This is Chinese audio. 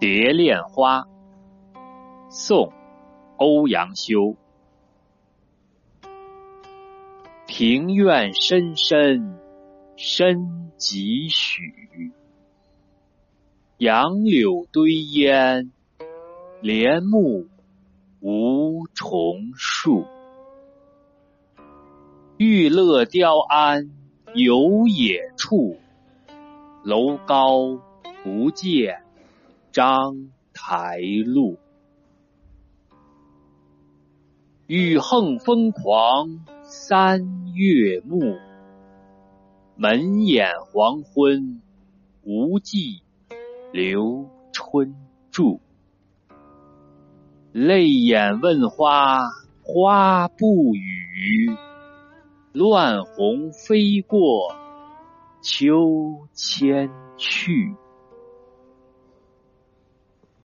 蝶恋花，宋·欧阳修。庭院深深深几许，杨柳堆烟，帘幕无重数。玉勒雕鞍有野处，楼高不见章台路。雨横风狂三月暮，门掩黄昏无计留春住。泪眼问花花不语，乱红飞过秋千去。